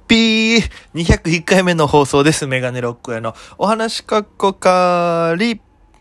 ピー201回目の放送です。メガネロック屋のお話かっこかり。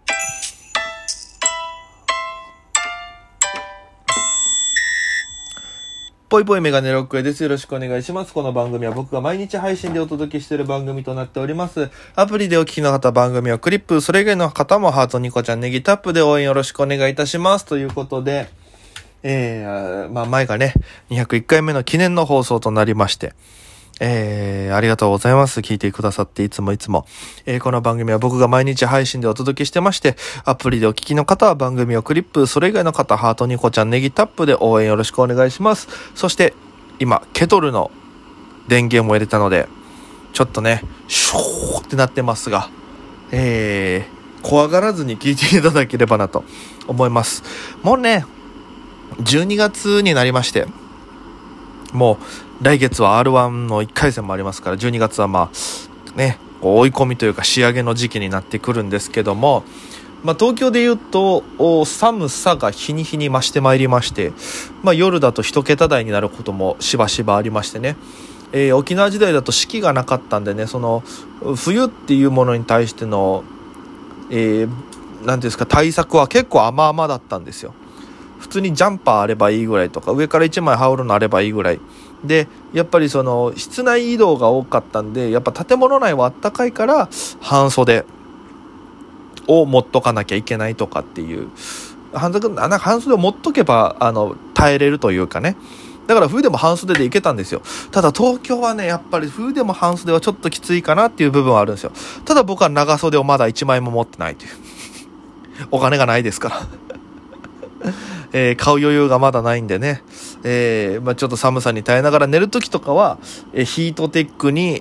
ぽいぽいメガネロック屋です。よろしくお願いします。この番組は僕が毎日配信でお届けしている番組となっております。アプリでお聞きの方、番組をクリップ、それ以外の方もハート、ニコちゃん、ネギタップで応援よろしくお願いいたします。ということで、前がね、201回目の記念の放送となりまして、ありがとうございます。聞いてくださっていつも。この番組は僕が毎日配信でお届けしてまして、アプリでお聞きの方は番組をクリップ、それ以外の方、ハート、ニコちゃん、ネギタップで応援よろしくお願いします。そして、今、ケトルの電源も入れたので、ちょっとね、シューってなってますが、怖がらずに聞いていただければなと思います。もうね、12月になりまして、もう来月は R1 の1回戦もありますから、12月は追い込みというか仕上げの時期になってくるんですけども、東京で言うと寒さが日に日に増してまいりまして、夜だと1桁台になることもしばしばありましてね、沖縄時代だと四季がなかったんでね、その冬っていうものに対しての、なんていうんですか、対策は結構甘々だったんですよ。普通にジャンパーあればいいぐらいとか、上から1枚羽織るのあればいいぐらいで、やっぱりその室内移動が多かったんで、やっぱ建物内はあったかいから半袖を持っとかなきゃいけないとかっていう、半袖を持っとけば耐えれるというかね、だから冬でも半袖で行けたんですよ。ただ東京はね、やっぱり冬でも半袖はちょっときついかなっていう部分はあるんですよ。ただ僕は長袖をまだ1枚も持ってないというお金がないですから買う余裕がまだないんでね、ちょっと寒さに耐えながら寝るときとかは、ヒートテックに、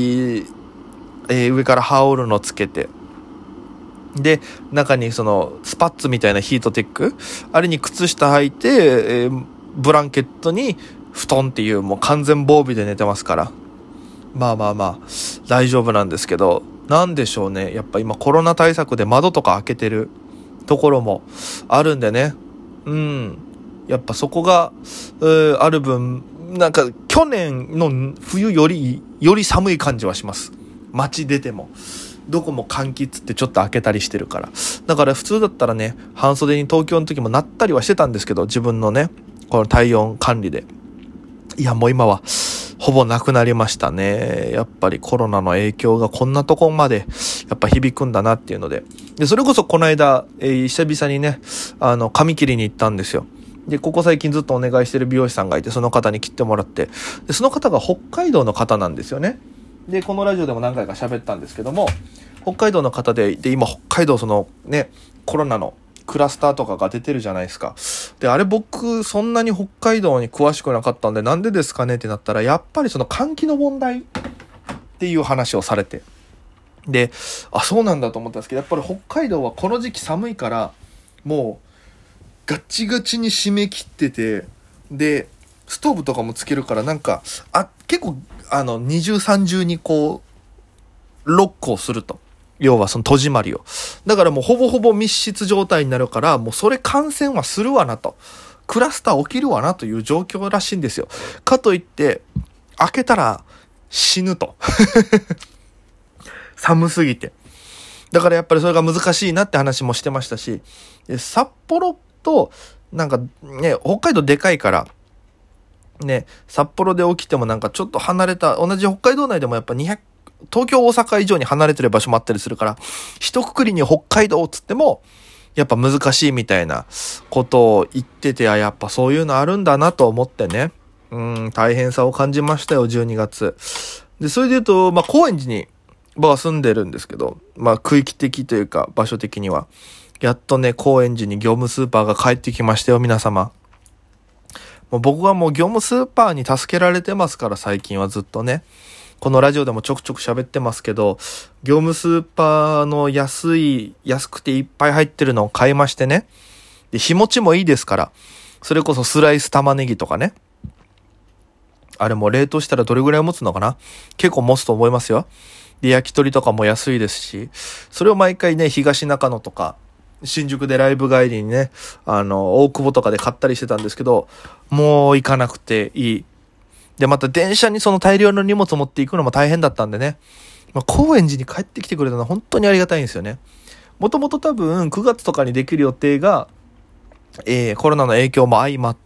上から羽織るのつけて、で中にそのスパッツみたいなヒートテック、あれに靴下履いて、ブランケットに布団っていう、もう完全防備で寝てますから、大丈夫なんですけど、なんでしょうね、やっぱ今コロナ対策で窓とか開けてるところもあるんでね、やっぱそこがある分、なんか去年の冬より寒い感じはします。街出てもどこも換気っつってちょっと開けたりしてるから。だから普通だったらね、半袖に東京の時もなったりはしてたんですけど、自分のねこの体温管理で、いやもう今はほぼなくなりましたね。やっぱりコロナの影響がこんなとこまでやっぱ響くんだなっていうので、それこそこの間、久々にね髪切りに行ったんですよ。でここ最近ずっとお願いしてる美容師さんがいて、その方に切ってもらって、でその方が北海道の方なんですよね。でこのラジオでも何回か喋ったんですけども、北海道の方で今北海道そのねコロナのクラスターとかが出てるじゃないですか。であれ僕そんなに北海道に詳しくなかったんで、なんでですかねってなったら、やっぱりその換気の問題っていう話をされて、でそうなんだと思ったんですけど、やっぱり北海道はこの時期寒いからもうガチガチに締め切ってて、でストーブとかもつけるから、なんか結構二重三重にこうロックをすると、要はその戸締まりを、だからもうほぼほぼ密室状態になるから、もうそれ感染はするわなと、クラスター起きるわなという状況らしいんですよ。かといって開けたら死ぬと寒すぎて。だからやっぱりそれが難しいなって話もしてましたし、札幌となんかね、北海道でかいからね、札幌で起きてもなんかちょっと離れた、同じ北海道内でもやっぱ東京大阪以上に離れてる場所もあったりするから、一括りに北海道っつってもやっぱ難しいみたいなことを言ってて、やっぱそういうのあるんだなと思ってね、大変さを感じましたよ、12月で。それで言うと高円寺に僕は住んでるんですけど、区域的というか場所的にはやっとね、高円寺に業務スーパーが帰ってきましたよ、皆様。もう僕はもう業務スーパーに助けられてますから、最近はずっとね。このラジオでもちょくちょく喋ってますけど、業務スーパーの安くていっぱい入ってるのを買いましてね。で、日持ちもいいですから、それこそスライス玉ねぎとかね。あれも冷凍したらどれぐらい持つのかな？結構持つと思いますよ。で、焼き鳥とかも安いですし、それを毎回ね、東中野とか、新宿でライブ帰りにね、大久保とかで買ったりしてたんですけど、もう行かなくていい。 で、また電車にその大量の荷物を持っていくのも大変だったんでね。高円寺に帰ってきてくれたのは本当にありがたいんですよね。もともと多分9月とかにできる予定が、コロナの影響も相まって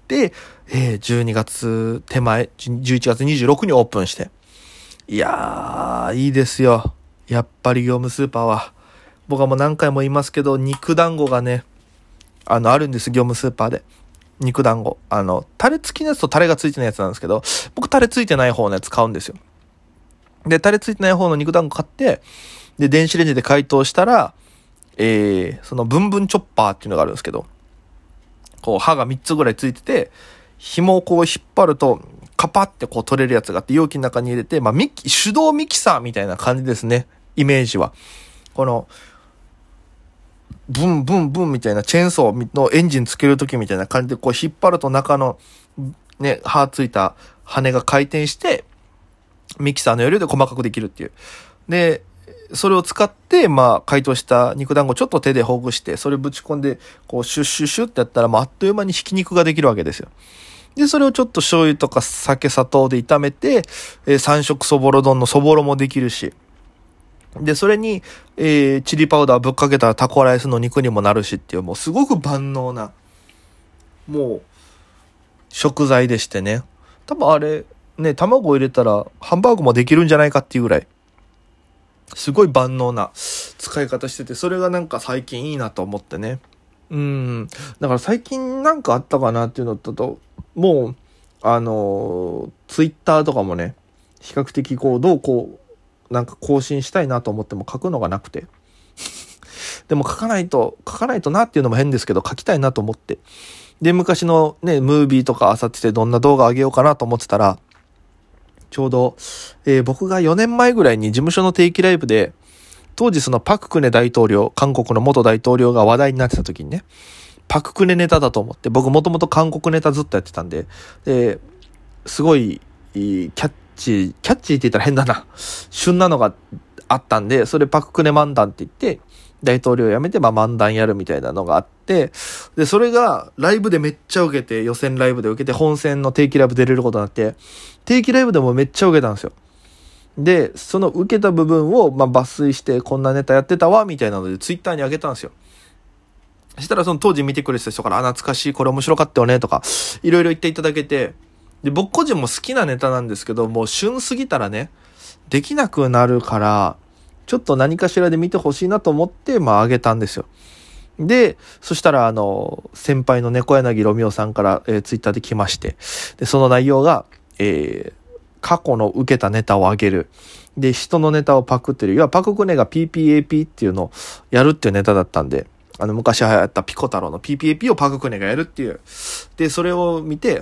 、12月手前、11月26にオープンして。いやー、いいですよ。やっぱり業務スーパーは。僕はもう何回も言いますけど、肉団子がね、あるんです、業務スーパーで。肉団子。タレ付きのやつとタレが付いてないやつなんですけど、僕タレ付いてない方のやつ買うんですよ。で、タレ付いてない方の肉団子買って、で、電子レンジで解凍したら、そのブンブンチョッパーっていうのがあるんですけど、こう刃が3つぐらいついてて、紐をこう引っ張ると、カパってこう取れるやつがあって、容器の中に入れて、手動ミキサーみたいな感じですね。イメージは。この、ブンブンブンみたいなチェーンソーのエンジンつけるときみたいな感じで、こう引っ張ると中のね、刃ついた羽が回転して、ミキサーの要領で細かくできるっていう。で、それを使って、解凍した肉団子をちょっと手でほぐして、それぶち込んで、こう、シュッシュッシュッってやったら、あっという間にひき肉ができるわけですよ。で、それをちょっと醤油とか酒、砂糖で炒めて、三色そぼろ丼のそぼろもできるし。で、それに、チリパウダーぶっかけたらタコライスの肉にもなるしっていう、もうすごく万能な、もう、食材でしてね。多分あれ、ね、卵入れたらハンバーグもできるんじゃないかっていうぐらい、すごい万能な使い方してて、それがなんか最近いいなと思ってね。だから最近なんかあったかなっていうのと、もう、ツイッターとかもね、比較的なんか更新したいなと思っても書くのがなくて。でも書かないとなっていうのも変ですけど、書きたいなと思って。で、昔のね、ムービーとか漁っててどんな動画上げようかなと思ってたら、ちょうど、僕が4年前ぐらいに事務所の定期ライブで、当時そのパククネ大統領、韓国の元大統領が話題になってた時にね、パククネネタだと思って、僕もともと韓国ネタずっとやってたんで、すごいキャッチーって言ったら変だな。旬なのがあったんで、それパククネ漫談って言って、大統領辞めて漫談やるみたいなのがあって、で、それがライブでめっちゃ受けて、予選ライブで受けて、本戦の定期ライブ出れることになって、定期ライブでもめっちゃ受けたんですよ。で、その受けた部分を抜粋して、こんなネタやってたわ、みたいなのでツイッターに上げたんですよ。そしたらその当時見てくれてた人から、懐かしい、これ面白かったよね、とか、いろいろ言っていただけて、で、僕個人も好きなネタなんですけど、もう旬すぎたらね、できなくなるから、ちょっと何かしらで見てほしいなと思って、上げたんですよ。で、そしたら先輩の猫柳ロミオさんから、ツイッターで来まして、で、その内容が、過去の受けたネタを上げる。で、人のネタをパクってる。いや、パククネが PPAP っていうのをやるっていうネタだったんで、昔流行ったピコ太郎の PPAP をパククネがやるっていう。で、それを見て、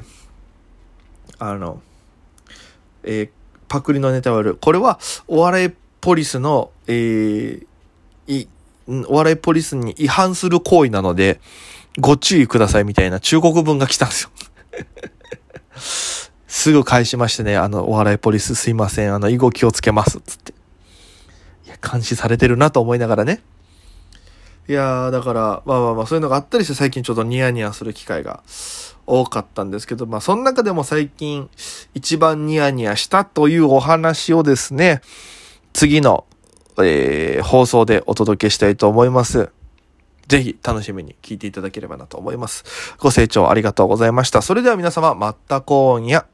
パクリのネタをやる。これは、お笑いポリスの、お笑いポリスに違反する行為なので、ご注意くださいみたいな中国文が来たんですよ。すぐ返しましてね、お笑いポリスすいません、以後気をつけます、つって。いや、監視されてるなと思いながらね。いやー、だから、そういうのがあったりして最近ちょっとニヤニヤする機会が多かったんですけど、その中でも最近一番ニヤニヤしたというお話をですね、次の、放送でお届けしたいと思います。ぜひ楽しみに聞いていただければなと思います。ご清聴ありがとうございました。それでは皆様、また今夜。